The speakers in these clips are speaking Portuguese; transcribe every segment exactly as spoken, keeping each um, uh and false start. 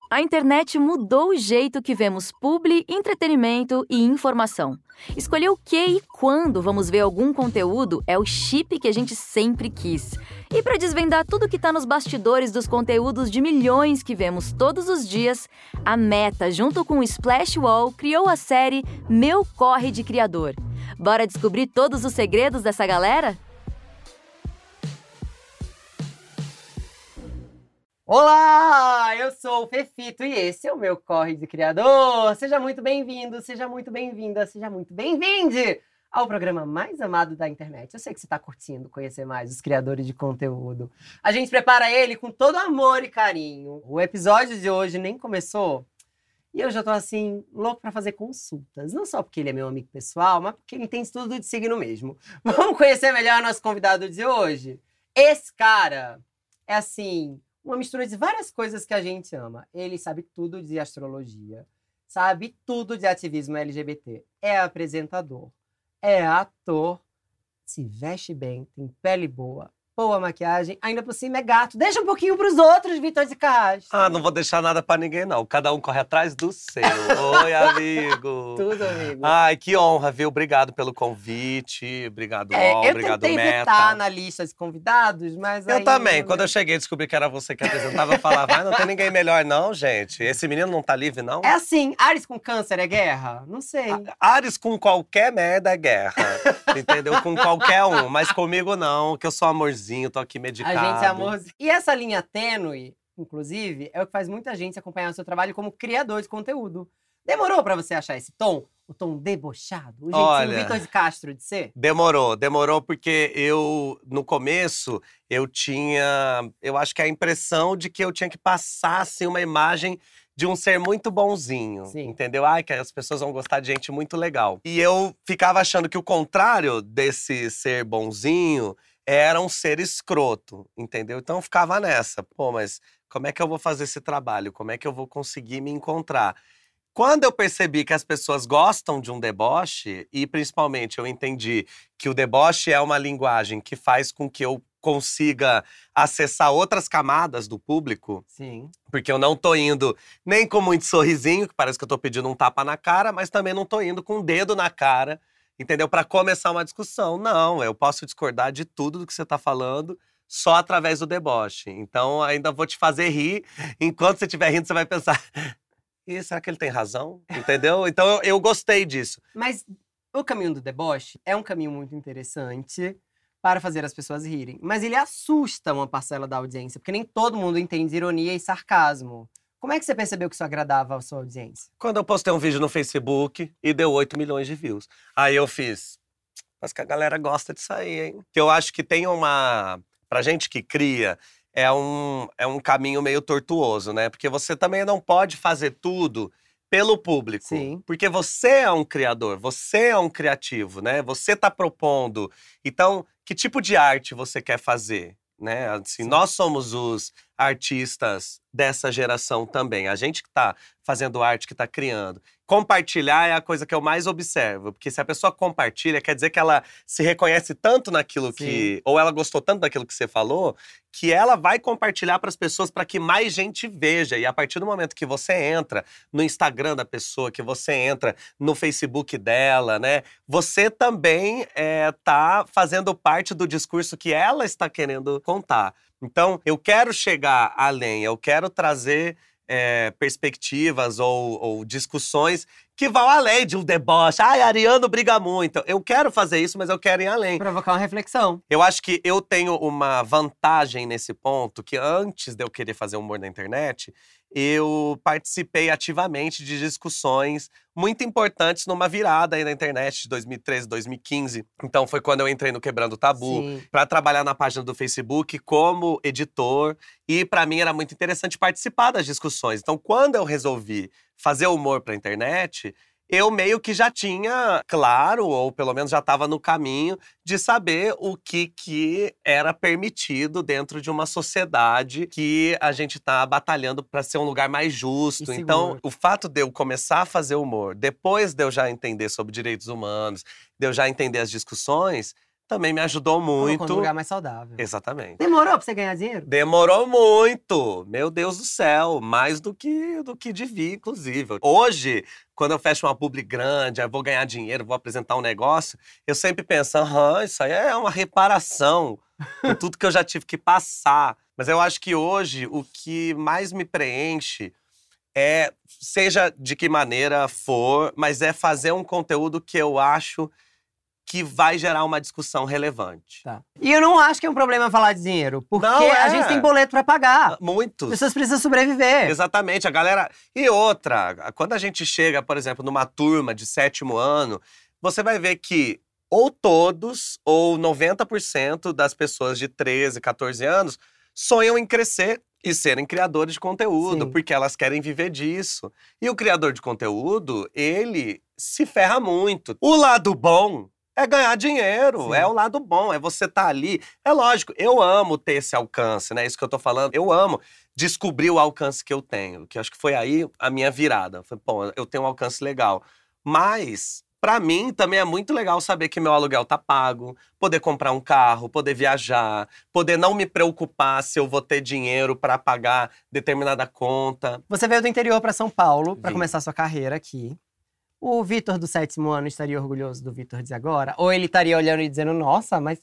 A internet mudou o jeito que vemos publi, entretenimento e informação. Escolher o que e quando vamos ver algum conteúdo é o chip que a gente sempre quis. E para desvendar tudo que está nos bastidores dos conteúdos de milhões que vemos todos os dias, a Meta, junto com o Splash Wall, criou a série Meu Corre de Criador. Bora descobrir todos os segredos dessa galera? Olá, eu sou o Fefito e esse é o Meu Corre de Criador. Seja muito bem-vindo, seja muito bem-vinda, seja muito bem-vinde ao programa mais amado da internet. Eu sei que você está curtindo conhecer mais os criadores de conteúdo. A gente prepara ele com todo amor e carinho. O episódio de hoje nem começou e eu já tô assim, louco para fazer consultas. Não só porque ele é meu amigo pessoal, mas porque ele entende tudo de signo mesmo. Vamos conhecer melhor nosso convidado de hoje? Esse cara é assim... uma mistura de várias coisas que a gente ama. Ele sabe tudo de astrologia, sabe tudo de ativismo L G B T. É apresentador, é ator, se veste bem, tem pele boa, boa maquiagem, ainda por cima é gato. Deixa um pouquinho pros outros, Vitor de Castro. Ah, não vou deixar nada pra ninguém, não. Cada um corre atrás do seu. Oi, amigo. Tudo, amigo. Ai, que honra, viu? Obrigado pelo convite. Obrigado, É, Ol. eu Obrigado, tentei Meta. vetar na lista de convidados, mas Eu aí, também. né? Quando eu cheguei e descobri que era você que apresentava, eu falava, ah, não tem ninguém melhor não, gente. Esse menino não tá livre, não? É assim, Ares com câncer é guerra? Não sei. Ares com qualquer merda é guerra. Entendeu? Com qualquer um. Mas comigo não, que eu sou amorzinho, tô aqui medicado. A gente é amorzinho. E essa linha tênue, inclusive, é o que faz muita gente acompanhar o seu trabalho como criador de conteúdo. Demorou pra você achar esse tom? O tom debochado? O jeitinho Olha, Vitor de Castro de ser? Demorou, demorou porque eu, no começo, eu tinha, eu acho que a impressão de que eu tinha que passar, assim, uma imagem de um ser muito bonzinho, Sim. entendeu? Ai, que as pessoas vão gostar de gente muito legal. E eu ficava achando que o contrário desse ser bonzinho era um ser escroto, entendeu? Então eu ficava nessa, pô, mas como é que eu vou fazer esse trabalho? Como é que eu vou conseguir me encontrar? Quando eu percebi que as pessoas gostam de um deboche, e principalmente eu entendi que o deboche é uma linguagem que faz com que eu consiga acessar outras camadas do público, Sim. porque eu não tô indo nem com muito sorrisinho, que parece que eu tô pedindo um tapa na cara, mas também não tô indo com um dedo na cara, entendeu? Pra começar uma discussão. Não, eu posso discordar de tudo do que você tá falando só através do deboche. Então ainda vou te fazer rir. Enquanto você estiver rindo, você vai pensar… E será que ele tem razão? Entendeu? Então eu, eu gostei disso. Mas o caminho do deboche é um caminho muito interessante para fazer as pessoas rirem. Mas ele assusta uma parcela da audiência, porque nem todo mundo entende ironia e sarcasmo. Como é que você percebeu que isso agradava a sua audiência? Quando eu postei um vídeo no Facebook e deu oito milhões de views. Aí eu fiz… Mas que a galera gosta disso aí, hein? Que eu acho que tem uma… Pra gente que cria… É um, é um caminho meio tortuoso, né? Porque você também não pode fazer tudo pelo público. Sim. Porque você é um criador, você é um criativo, né? Você tá propondo. Então, que tipo de arte você quer fazer? Né? Assim, nós somos os artistas dessa geração também. A gente que tá fazendo arte, que tá criando. Compartilhar é a coisa que eu mais observo. Porque se a pessoa compartilha, quer dizer que ela se reconhece tanto naquilo Sim. que… Ou ela gostou tanto daquilo que você falou, que ela vai compartilhar para as pessoas para que mais gente veja. E a partir do momento que você entra no Instagram da pessoa, que você entra no Facebook dela, né? Você também é, tá fazendo parte do discurso que ela está querendo contar. Então, eu quero chegar além, eu quero trazer é, perspectivas ou, ou discussões que vão além de um deboche. Ai, Ariano briga muito. Eu quero fazer isso, mas eu quero ir além. Provocar uma reflexão. Eu acho que eu tenho uma vantagem nesse ponto, que antes de eu querer fazer humor na internet, eu participei ativamente de discussões muito importantes numa virada aí na internet de dois mil e treze, dois mil e quinze. Então foi quando eu entrei no Quebrando o Tabu, Sim. para trabalhar na página do Facebook como editor. E para mim era muito interessante participar das discussões. Então quando eu resolvi fazer humor pra internet, eu meio que já tinha claro, ou pelo menos já estava no caminho, de saber o que, que era permitido dentro de uma sociedade que a gente tá batalhando para ser um lugar mais justo. E Então, seguro. o fato de eu começar a fazer humor, depois de eu já entender sobre direitos humanos, de eu já entender as discussões, também me ajudou muito. Colocou num lugar mais saudável. Exatamente. Demorou pra você ganhar dinheiro? Demorou muito. Meu Deus do céu. Mais do que, do que devia, inclusive. Hoje, quando eu fecho uma publi grande, eu vou ganhar dinheiro, vou apresentar um negócio, eu sempre penso, aham, isso aí é uma reparação por tudo que eu já tive que passar. Mas eu acho que hoje, o que mais me preenche é, seja de que maneira for, mas é fazer um conteúdo que eu acho que vai gerar uma discussão relevante. Tá. E eu não acho que é um problema falar de dinheiro, porque Não, é. a gente tem boleto pra pagar. Muitos. As pessoas precisam sobreviver. Exatamente, a galera… E outra, quando a gente chega, por exemplo, numa turma de sétimo ano, você vai ver que ou todos, ou noventa por cento das pessoas de treze, quatorze anos sonham em crescer e serem criadores de conteúdo, Sim. porque elas querem viver disso. E o criador de conteúdo, ele se ferra muito. O lado bom é ganhar dinheiro, Sim. é o lado bom, é você estar ali. É lógico, eu amo ter esse alcance, né? Isso que eu tô falando. Eu amo descobrir o alcance que eu tenho, que eu acho que foi aí a minha virada. Foi, pô, eu tenho um alcance legal. Mas, pra mim, também é muito legal saber que meu aluguel tá pago, poder comprar um carro, poder viajar, poder não me preocupar se eu vou ter dinheiro pra pagar determinada conta. Você veio do interior pra São Paulo pra Vim. começar sua carreira aqui. O Vitor do sétimo ano estaria orgulhoso do Vitor de agora? Ou ele estaria olhando e dizendo, nossa, mas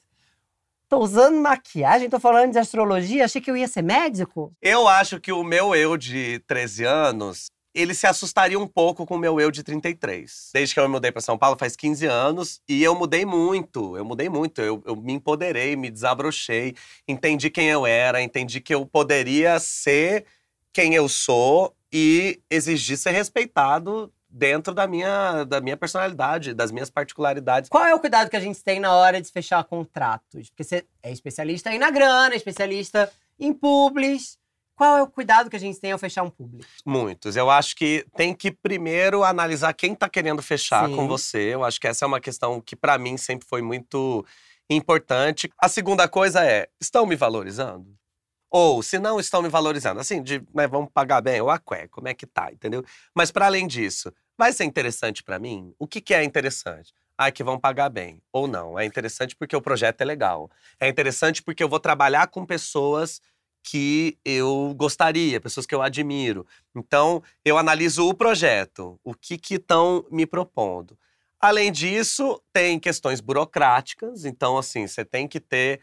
tô usando maquiagem, tô falando de astrologia, achei que eu ia ser médico? Eu acho que o meu eu de treze anos, ele se assustaria um pouco com o meu eu de trinta e três. Desde que eu me mudei pra São Paulo faz quinze anos, e eu mudei muito, eu mudei muito. Eu, eu me empoderei, me desabrochei, entendi quem eu era, entendi que eu poderia ser quem eu sou e exigir ser respeitado dentro da minha, da minha personalidade, das minhas particularidades. Qual é o cuidado que a gente tem na hora de fechar contratos? Porque você é especialista aí na grana, especialista em publis. Qual é o cuidado que a gente tem ao fechar um publi? Muitos. Eu acho que tem que primeiro analisar quem tá querendo fechar Sim. com você. Eu acho que essa é uma questão que pra mim sempre foi muito importante. A segunda coisa é, estão me valorizando? Ou, se não estão me valorizando, assim, de, né, vamos pagar bem, ou aqué, como é que tá, entendeu? Mas para além disso, vai ser interessante para mim? O que que é interessante? Ah, que vão pagar bem. Ou não, é interessante porque o projeto é legal. É interessante porque eu vou trabalhar com pessoas que eu gostaria, pessoas que eu admiro. Então, eu analiso o projeto, o que que estão me propondo. Além disso, tem questões burocráticas. Então, assim, você tem que ter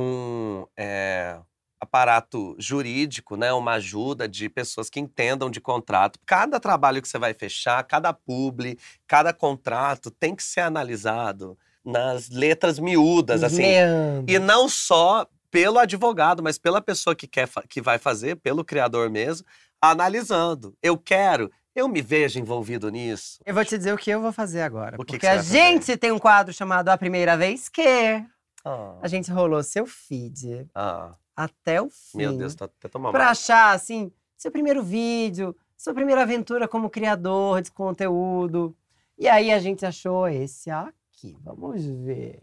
um… É, aparato jurídico, né, uma ajuda de pessoas que entendam de contrato. Cada trabalho que você vai fechar, cada publi, cada contrato tem que ser analisado nas letras miúdas, assim. Leandro. E não só pelo advogado, mas pela pessoa que, quer, que vai fazer, pelo criador mesmo, analisando. Eu quero, eu me vejo envolvido nisso. Eu vou te dizer o que eu vou fazer agora. O que porque que você a vai fazer? gente tem um quadro chamado A Primeira Vez Que… Ah, A gente rolou seu feed ah, até o fim. meu Deus, tô até tomando Pra mal. achar, assim, seu primeiro vídeo, sua primeira aventura como criador de conteúdo. E aí a gente achou esse aqui. Vamos ver.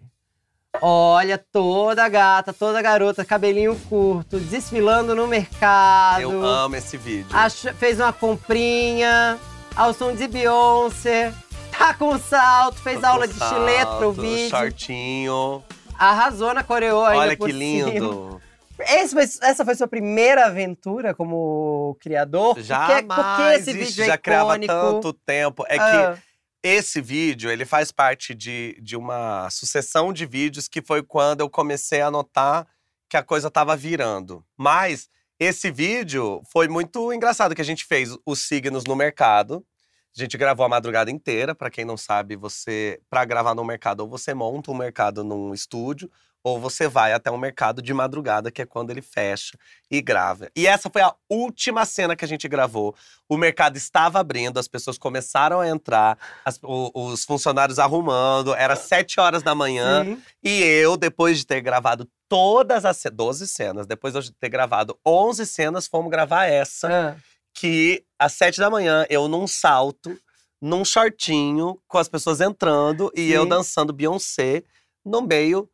Olha, toda gata, toda garota, cabelinho curto, desfilando no mercado. Eu amo esse vídeo. Ach- fez uma comprinha ao som de Beyoncé. Tá com salto, fez Tô aula com de estileto pro salto, vídeo. shortinho. Arrasou na coreô ainda Olha por que cima. lindo. Esse foi- essa foi sua primeira aventura como criador? Jamais, Porque, porque esse ixi, vídeo é já criava icônico. tanto tempo. É que Ah, esse vídeo, ele faz parte de, de uma sucessão de vídeos que foi quando eu comecei a notar que a coisa tava virando. Mas esse vídeo foi muito engraçado, que a gente fez os signos no mercado. A gente gravou a madrugada inteira. Pra quem não sabe, você, pra gravar no mercado, ou você monta um mercado num estúdio, ou você vai até um mercado de madrugada, que é quando ele fecha e grava. E essa foi a última cena que a gente gravou. O mercado estava abrindo, as pessoas começaram a entrar, as- o- os funcionários arrumando, era sete horas da manhã. sim. E eu, depois de ter gravado todas as ce- doze cenas, depois de eu ter gravado onze cenas, fomos gravar essa. Ah, Que às sete da manhã, eu num salto, num shortinho, com as pessoas entrando e Sim. eu dançando Beyoncé no meio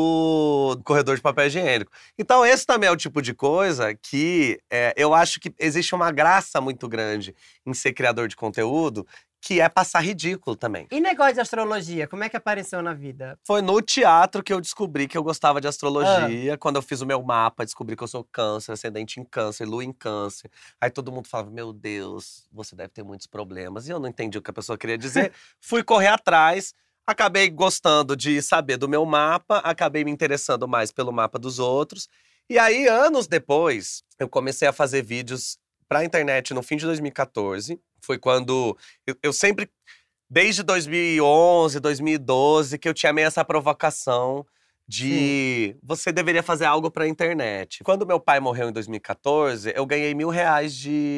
do corredor de papel higiênico. Então, esse também é o tipo de coisa que é, eu acho que existe uma graça muito grande em ser criador de conteúdo, que é passar ridículo também. E negócio de astrologia, como é que apareceu na vida? Foi no teatro que eu descobri que eu gostava de astrologia. Ah. Quando eu fiz o meu mapa, descobri que eu sou câncer, ascendente em câncer, lua em câncer. Aí todo mundo falava, meu Deus, você deve ter muitos problemas. E eu não entendi o que a pessoa queria dizer. Fui correr atrás, acabei gostando de saber do meu mapa, acabei me interessando mais pelo mapa dos outros. E aí, anos depois, eu comecei a fazer vídeos pra internet no fim de dois mil e quatorze. Foi quando eu, eu sempre, desde dois mil e onze, dois mil e doze, que eu tinha meio essa provocação de Sim. você deveria fazer algo pra internet. Quando meu pai morreu em dois mil e quatorze, eu ganhei mil reais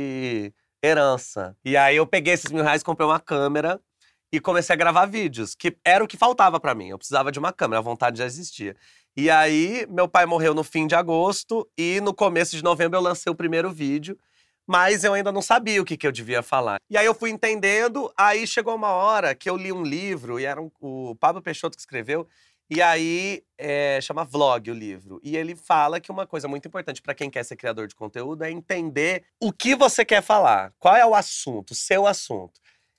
de herança. E aí eu peguei esses mil reais, comprei uma câmera e comecei a gravar vídeos, que era o que faltava pra mim. Eu precisava de uma câmera, a vontade já existia. E aí, meu pai morreu no fim de agosto e no começo de novembro eu lancei o primeiro vídeo. Mas eu ainda não sabia o que, que eu devia falar. E aí eu fui entendendo, aí chegou uma hora que eu li um livro, e era um, o Pablo Peixoto que escreveu, e aí é, chama Vlog o livro. E ele fala que uma coisa muito importante para quem quer ser criador de conteúdo é entender o que você quer falar. Qual é o assunto, o seu assunto.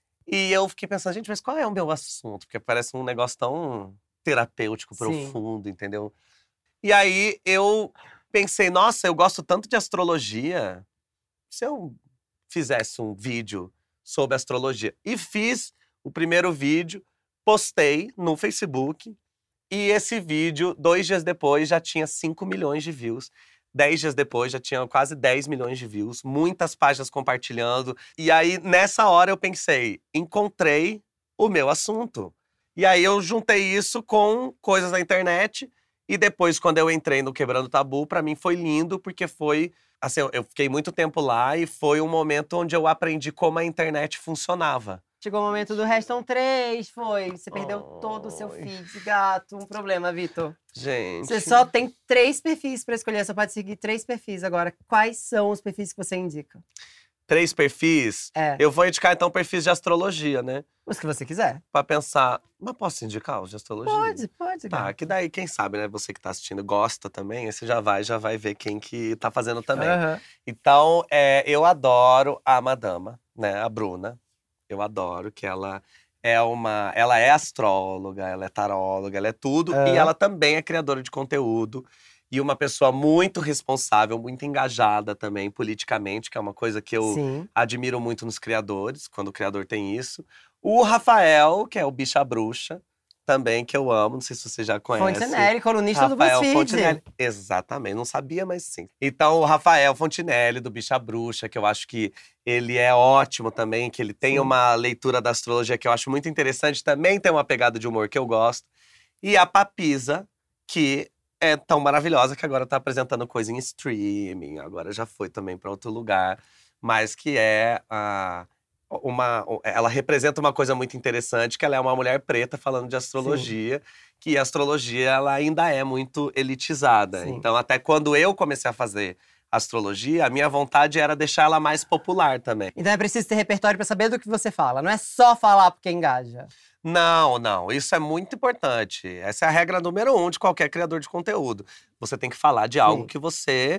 E eu fiquei pensando, gente, mas qual é o meu assunto? Porque parece um negócio tão terapêutico, profundo, Sim. entendeu? E aí eu pensei, nossa, eu gosto tanto de astrologia. Se eu fizesse um vídeo sobre astrologia. E fiz o primeiro vídeo, postei no Facebook. E esse vídeo, dois dias depois, já tinha cinco milhões de views. Dez dias depois, já tinha quase dez milhões de views. Muitas páginas compartilhando. E aí, nessa hora, eu pensei, encontrei o meu assunto. E aí, eu juntei isso com coisas da internet. E depois, quando eu entrei no Quebrando Tabu, pra mim foi lindo, porque foi… Assim, eu fiquei muito tempo lá e foi um momento onde eu aprendi como a internet funcionava. Chegou o momento do Restam Três, foi. Você perdeu oh. todo o seu feed, gato. Um problema, Vitor. Gente… Você só tem três perfis pra escolher, só pode seguir três perfis. Agora, quais são os perfis que você indica? Três perfis? É. Eu vou indicar, então, perfis de astrologia, né? Os que você quiser. Pra pensar… Mas posso indicar os de astrologia? Pode, pode. Tá, gato. que daí, quem sabe, né? Você que tá assistindo gosta também. Aí você já vai, já vai ver quem que tá fazendo também. Uhum. Então, é, eu adoro a Madama, né? A Bruna. Eu adoro que ela é uma… Ela é astróloga, ela é taróloga, ela é tudo. Uhum. E ela também é criadora de conteúdo. E uma pessoa muito responsável, muito engajada também politicamente, que é uma coisa que eu Sim. admiro muito nos criadores, quando o criador tem isso. O Rafael, que é o Bicha Bruxa, também, que eu amo, não sei se você já conhece. Fontinelli, colunista Rafael do BuzzFeed. Fontinelli. Exatamente, não sabia, mas sim. Então, o Rafael Fontinelli, do Bicha Bruxa, que eu acho que ele é ótimo também, que ele tem sim. uma leitura da astrologia que eu acho muito interessante, também tem uma pegada de humor que eu gosto. E a Papisa, que é tão maravilhosa que agora tá apresentando coisa em streaming, agora já foi também para outro lugar, mas que é a… Uma, ela representa uma coisa muito interessante, que ela é uma mulher preta falando de astrologia, Sim. que a astrologia ela ainda é muito elitizada. Sim. Então, até quando eu comecei a fazer astrologia, a minha vontade era deixar ela mais popular também. Então é preciso ter repertório para saber do que você fala, não é só falar porque engaja. Não, não, isso é muito importante. Essa é a regra número um de qualquer criador de conteúdo. Você tem que falar de algo Sim. que você…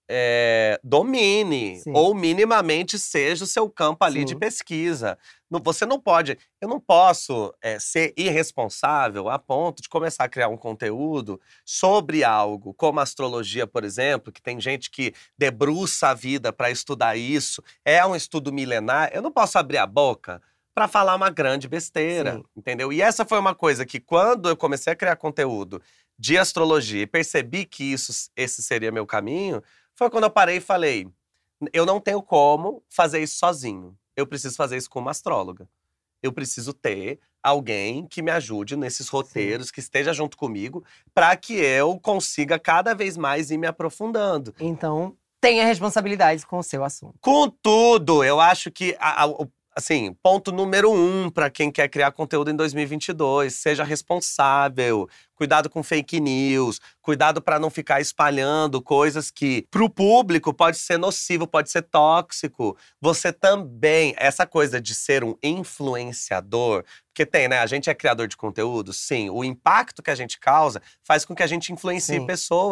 É, domine, Sim. ou minimamente seja o seu campo ali Sim. de pesquisa. Você não pode, eu não posso é, ser irresponsável a ponto de começar a criar um conteúdo sobre algo, como a astrologia, por exemplo, que tem gente que debruça a vida para estudar isso, é um estudo milenar, eu não posso abrir a boca para falar uma grande besteira, Sim. entendeu? E essa foi uma coisa que quando eu comecei a criar conteúdo de astrologia e percebi que isso, esse seria meu caminho, foi quando eu parei e falei, eu não tenho como fazer isso sozinho. Eu preciso fazer isso com uma astróloga. Eu preciso ter alguém que me ajude nesses roteiros, Sim. que esteja junto comigo, para que eu consiga cada vez mais ir me aprofundando. Então, tenha responsabilidade com o seu assunto. Contudo, eu acho que… A, a, o, Assim, ponto número um para quem quer criar conteúdo em dois mil e vinte e dois. Seja responsável, cuidado com fake news, cuidado para não ficar espalhando coisas que pro público pode ser nocivo, pode ser tóxico. Você também, essa coisa de ser um influenciador, porque tem, né? A gente é criador de conteúdo, sim. O impacto que a gente causa faz com que a gente influencie sim. pessoas.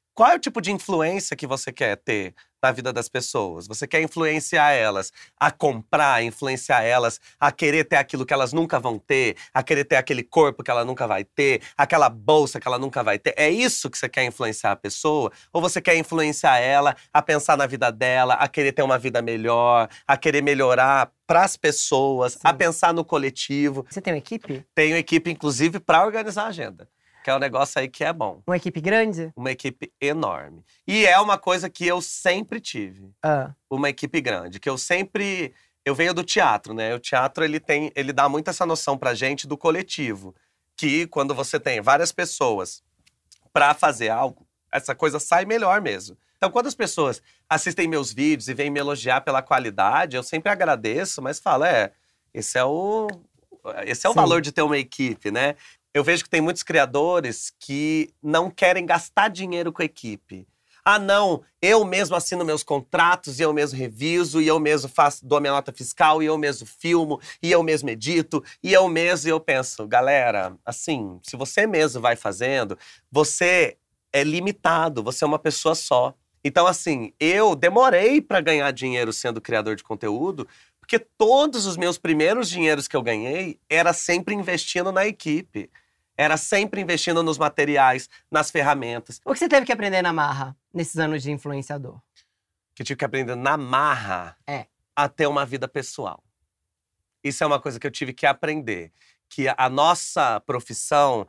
Qual é o tipo de influência que você quer ter na vida das pessoas? Você quer influenciar elas a comprar, influenciar elas a querer ter aquilo que elas nunca vão ter, a querer ter aquele corpo que ela nunca vai ter, aquela bolsa que ela nunca vai ter? É isso que você quer influenciar a pessoa? Ou você quer influenciar ela a pensar na vida dela, a querer ter uma vida melhor, a querer melhorar para as pessoas, Sim. a pensar no coletivo? Você tem uma equipe? Tenho equipe, inclusive, para organizar a agenda. Que é um negócio aí que é bom. Uma equipe grande? Uma equipe enorme. E é uma coisa que eu sempre tive. Ah. Uma equipe grande. Que eu sempre… Eu venho do teatro, né? O teatro, ele tem… Ele dá muito essa noção pra gente do coletivo. Que quando você tem várias pessoas pra fazer algo, essa coisa sai melhor mesmo. Então, quando as pessoas assistem meus vídeos e vêm me elogiar pela qualidade, eu sempre agradeço, mas falo, é… Esse é o… Esse é o Sim. valor de ter uma equipe, né? Eu vejo que tem muitos criadores que não querem gastar dinheiro com a equipe. Ah, não, eu mesmo assino meus contratos, e eu mesmo reviso, e eu mesmo faço, dou minha nota fiscal, e eu mesmo filmo, e eu mesmo edito, e eu mesmo… E eu penso, galera, assim, se você mesmo vai fazendo, você é limitado, você é uma pessoa só. Então, assim, eu demorei para ganhar dinheiro sendo criador de conteúdo, porque todos os meus primeiros dinheiros que eu ganhei era sempre investindo na equipe. Era sempre investindo nos materiais, nas ferramentas. O que você teve que aprender na marra, nesses anos de influenciador? Que eu tive que aprender na marra É. a ter uma vida pessoal. Isso é uma coisa que eu tive que aprender. Que a nossa profissão,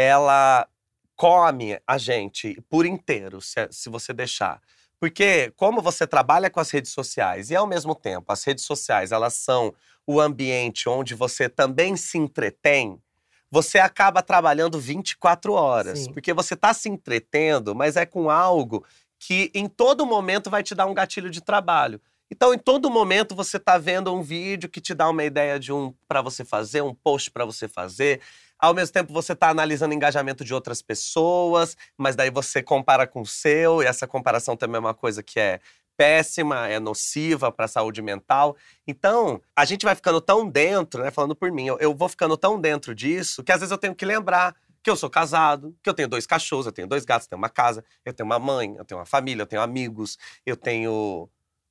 ela come a gente por inteiro, se, se você deixar. Porque como você trabalha com as redes sociais e, ao mesmo tempo, as redes sociais, elas são o ambiente onde você também se entretém, você acaba trabalhando vinte e quatro horas. Sim. Porque você está se entretendo, mas é com algo que em todo momento vai te dar um gatilho de trabalho. Então, em todo momento, você está vendo um vídeo que te dá uma ideia de um para você fazer, um post para você fazer. Ao mesmo tempo, você está analisando o engajamento de outras pessoas, mas daí você compara com o seu, e essa comparação também é uma coisa que é péssima, é nociva para a saúde mental. Então, a gente vai ficando tão dentro, né, falando por mim, eu, eu vou ficando tão dentro disso que às vezes eu tenho que lembrar que eu sou casado, que eu tenho dois cachorros, eu tenho dois gatos, eu tenho uma casa, eu tenho uma mãe, eu tenho uma família, eu tenho amigos, eu tenho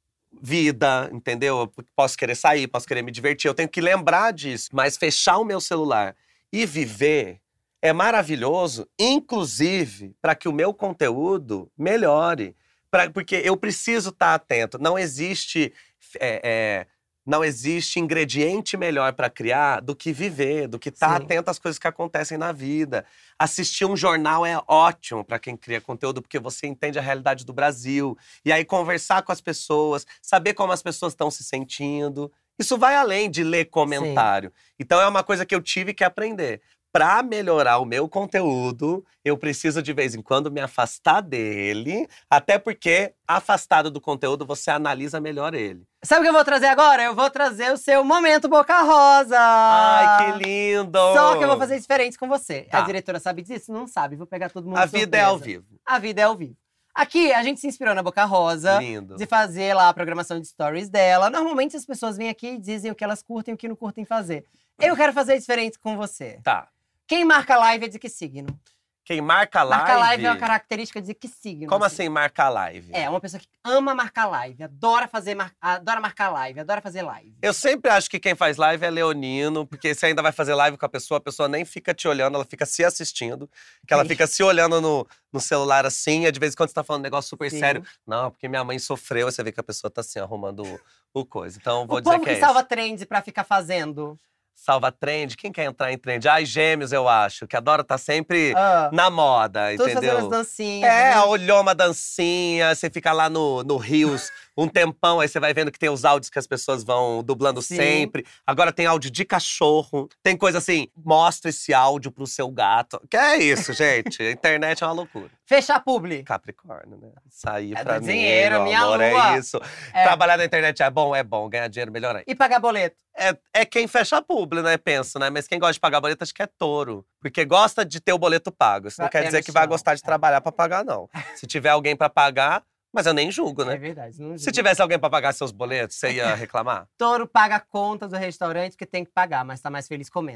vida, entendeu? Eu posso querer sair, posso querer me divertir, eu tenho que lembrar disso. Mas fechar o meu celular e viver é maravilhoso, inclusive para que o meu conteúdo melhore. Pra, porque eu preciso estar atento. Não existe, é, é, não existe ingrediente melhor para criar do que viver, do que estar Sim. atento às coisas que acontecem na vida. Assistir um jornal é ótimo para quem cria conteúdo, porque você entende a realidade do Brasil. E aí conversar com as pessoas, saber como as pessoas estão se sentindo. Isso vai além de ler comentário. Sim. Então é uma coisa que eu tive que aprender. Para melhorar o meu conteúdo, eu preciso de vez em quando me afastar dele, até porque afastado do conteúdo você analisa melhor ele. Sabe o que eu vou trazer agora? Eu vou trazer o seu Momento Boca Rosa! Ai, que lindo! Só que eu vou fazer diferente com você. Tá. A diretora sabe disso? Não sabe, vou pegar todo mundo A de vida é surpresa. ao vivo. A vida é ao vivo. Aqui, a gente se inspirou na Boca Rosa. Lindo. De fazer lá a programação de stories dela. Normalmente as pessoas vêm aqui e dizem o que elas curtem e o que não curtem fazer. Eu quero fazer diferente com você. Tá. Quem marca live é de que signo? Quem marca live… Marcar live é uma característica de que signo? Como assim marcar live? É, uma pessoa que ama marcar live, adora fazer, mar... adora marcar live, adora fazer live. Eu sempre acho que quem faz live é leonino, porque você ainda vai fazer live com a pessoa, a pessoa nem fica te olhando, ela fica se assistindo. Que ela Sim. fica se olhando no, no celular assim, e de vez em quando você tá falando um negócio super Sim. sério. Não, porque minha mãe sofreu, você vê que a pessoa tá assim, arrumando o, o coisa. Então, vou O dizer povo que que é salva isso. trend pra ficar fazendo. Salva trend? Quem quer entrar em trend? Ai, gêmeos, eu acho, que adora tá sempre Ah, na moda, todos fazendo as entendeu? dancinhas. É, né? olhou uma dancinha, você fica lá no, no Rios um tempão, aí você vai vendo que tem os áudios que as pessoas vão dublando Sim. sempre. Agora tem áudio de cachorro, tem coisa assim, mostra esse áudio pro seu gato. Que é isso, gente, a internet é uma loucura. Fechar publi. Capricórnio, né? Sair É pra do mim, dinheiro, meu minha amor, lua. é isso. É. Trabalhar na internet é bom? É bom. Ganhar dinheiro, melhor ainda. E pagar boleto. É, é quem fecha publi, né? Penso, né? Mas quem gosta de pagar boleto, acho que é touro. Porque gosta de ter o boleto pago. Isso não Pra quer pé dizer no que vai chão. gostar de trabalhar pra pagar, não. Se tiver alguém pra pagar, mas eu nem julgo, É né? verdade. Não Se tivesse alguém pra pagar seus boletos, você ia reclamar? Touro paga a conta do restaurante porque tem que pagar, mas tá mais feliz comendo.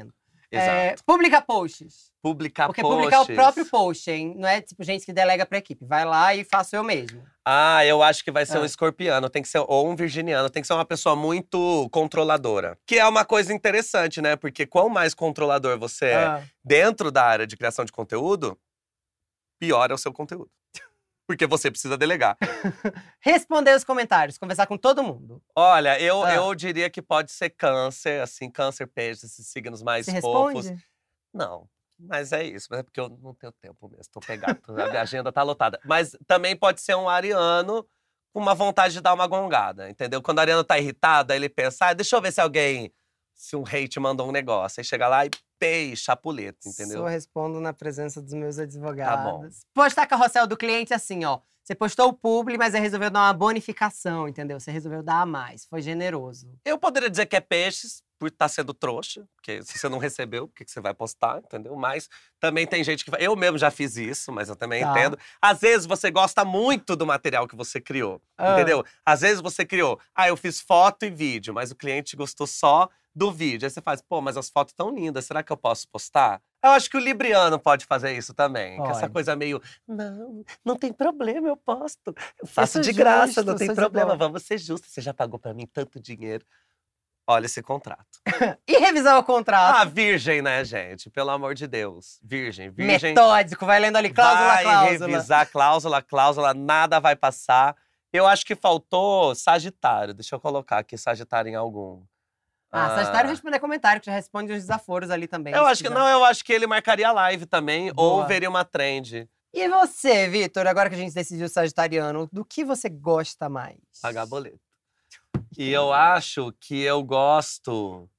É, Exato. publica posts. Publicar Porque posts. publicar o próprio post, hein? Não é tipo gente que delega pra equipe. Vai lá e faço eu mesmo. Ah, eu acho que vai ser Ah. um escorpiano, tem que ser ou um virginiano, tem que ser uma pessoa muito controladora. Que é uma coisa interessante, né? Porque quanto mais controlador você é Ah. dentro da área de criação de conteúdo, pior é o seu conteúdo. Porque você precisa delegar. Responder os comentários, conversar com todo mundo. Olha, eu, Ah. eu diria que pode ser câncer, assim, câncer, peixe, esses signos mais Você fofos. responde? Não, mas é isso. Mas é porque eu não tenho tempo mesmo, tô pegado. A minha agenda tá lotada. Mas também pode ser um ariano com uma vontade de dar uma gongada, entendeu? Quando o ariano tá irritado, aí ele pensa, ah, deixa eu ver se alguém, se um hate mandou um negócio. Aí chega lá e pei, chapuleta, entendeu? Só respondo na presença dos meus advogados. Tá bom. Postar carrossel do cliente assim, ó. Você postou o publi, mas aí resolveu dar uma bonificação, entendeu? Você resolveu dar a mais, foi generoso. Eu poderia dizer que é peixes, por estar sendo trouxa, porque se você não recebeu, por que que você vai postar, entendeu? Mas também tem gente que… Eu mesmo já fiz isso, mas eu também Tá. entendo. Às vezes você gosta muito do material que você criou, Ah. entendeu? Às vezes você criou, ah, eu fiz foto e vídeo, mas o cliente gostou só do vídeo. Aí você faz, pô, mas as fotos tão lindas, será que eu posso postar? Eu acho que o libriano pode fazer isso também. Que essa Pode. coisa meio, não, não tem problema, eu posto. Eu faço sou de graça, justo, não eu tem sou de problema, boa. vamos ser justos. Você já pagou pra mim tanto dinheiro. Olha esse contrato. E revisar o contrato. Ah, virgem, né, gente? Pelo amor de Deus. Virgem, virgem. Metódico, vai lendo ali cláusula, vai cláusula. revisar cláusula, cláusula, nada vai passar. Eu acho que faltou Sagitário. Deixa eu colocar aqui Sagitário em algum. Ah, Sagitário responder comentário, que já responde os desaforos ali também. Eu se acho que quiser. não, eu acho que ele marcaria live também, Boa. ou veria uma trend. E você, Vitor, agora que a gente decidiu sagitariano, do que você gosta mais? Pagar boleto. E eu acho que eu gosto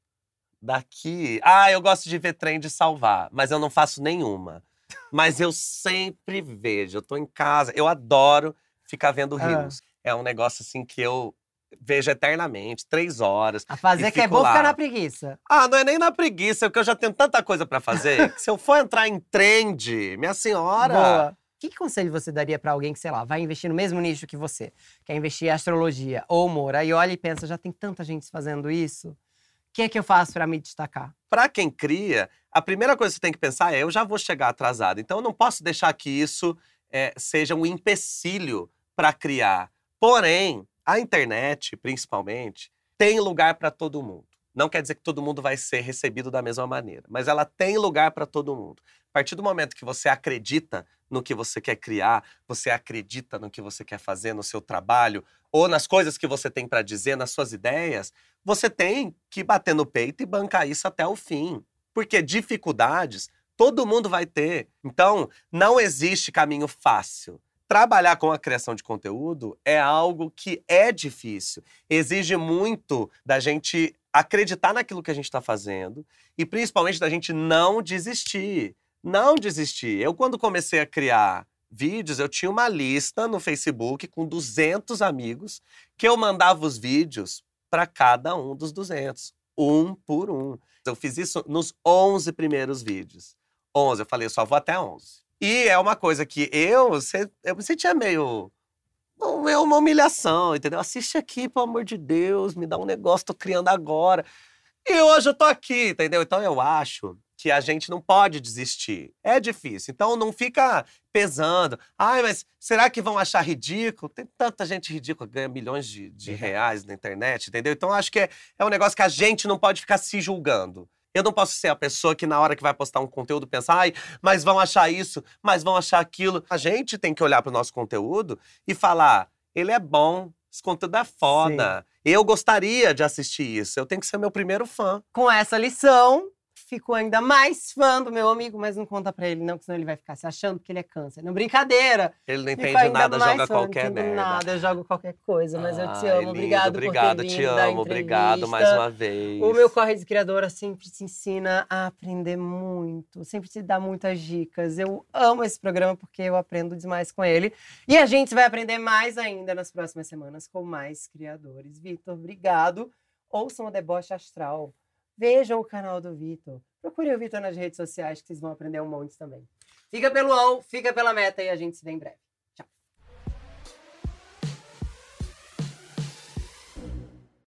daqui. Ah, eu gosto de ver trend salvar, mas eu não faço nenhuma. Mas eu sempre vejo. Eu tô em casa, eu adoro ficar vendo Ah. reels. É um negócio assim que eu vejo eternamente, três horas. A fazer e que é fico bom lá. ficar na preguiça. Ah, não é nem na preguiça, é porque eu já tenho tanta coisa pra fazer. que se eu for entrar em trend, minha senhora. Boa. Que, que conselho você daria pra alguém que, sei lá, vai investir no mesmo nicho que você? Quer investir em astrologia ou humor? Aí olha e pensa, já tem tanta gente fazendo isso. O que é que eu faço pra me destacar? Pra quem cria, a primeira coisa que você tem que pensar é: eu já vou chegar atrasado, então eu não posso deixar que isso é, seja um empecilho pra criar. Porém, a internet, principalmente, tem lugar pra todo mundo. Não quer dizer que todo mundo vai ser recebido da mesma maneira, mas ela tem lugar pra todo mundo. A partir do momento que você acredita no que você quer criar, você acredita no que você quer fazer no seu trabalho, ou nas coisas que você tem pra dizer, nas suas ideias, você tem que bater no peito e bancar isso até o fim. Porque dificuldades todo mundo vai ter. Então, não existe caminho fácil. Trabalhar com a criação de conteúdo é algo que é difícil. Exige muito da gente acreditar naquilo que a gente está fazendo e principalmente da gente não desistir. Não desistir. Eu, quando comecei a criar vídeos, eu tinha uma lista no Facebook com duzentos amigos que eu mandava os vídeos para cada um dos duzentos, um por um. Eu fiz isso nos onze primeiros vídeos. onze, eu falei, eu só vou até onze. E é uma coisa que eu, eu me sentia meio… É uma humilhação, entendeu? Assiste aqui, pelo amor de Deus, me dá um negócio, tô criando agora. E hoje eu tô aqui, entendeu? Então eu acho que a gente não pode desistir. É difícil, então não fica pesando. Ai, mas será que vão achar ridículo? Tem tanta gente ridícula que ganha milhões de, de reais na internet, entendeu? Então eu acho que é, é um negócio que a gente não pode ficar se julgando. Eu não posso ser a pessoa que na hora que vai postar um conteúdo pensa, ai, mas vão achar isso, mas vão achar aquilo. A gente tem que olhar pro nosso conteúdo e falar, ele é bom, esse conteúdo é foda. Sim. Eu gostaria de assistir isso, eu tenho que ser meu primeiro fã. Com essa lição, fico ainda mais fã do meu amigo, mas não conta pra ele não, que senão ele vai ficar se achando que ele é câncer. Não, brincadeira. Ele não entende nada, joga fã, qualquer não entendo merda. nada, eu jogo qualquer coisa, mas Ai, eu te amo. lindo, Obrigado, obrigado por ter vindo te dar amo, obrigado mais uma vez. O meu Corre de Criadora sempre te ensina a aprender muito, sempre te dá muitas dicas. Eu amo esse programa porque eu aprendo demais com ele. E a gente vai aprender mais ainda nas próximas semanas com mais criadores. Vitor, obrigado. Ouçam o Deboche Astral. Vejam o canal do Vitor. Procurem o Vitor nas redes sociais que vocês vão aprender um monte também. Fica pelo on, fica pela meta e a gente se vê em breve.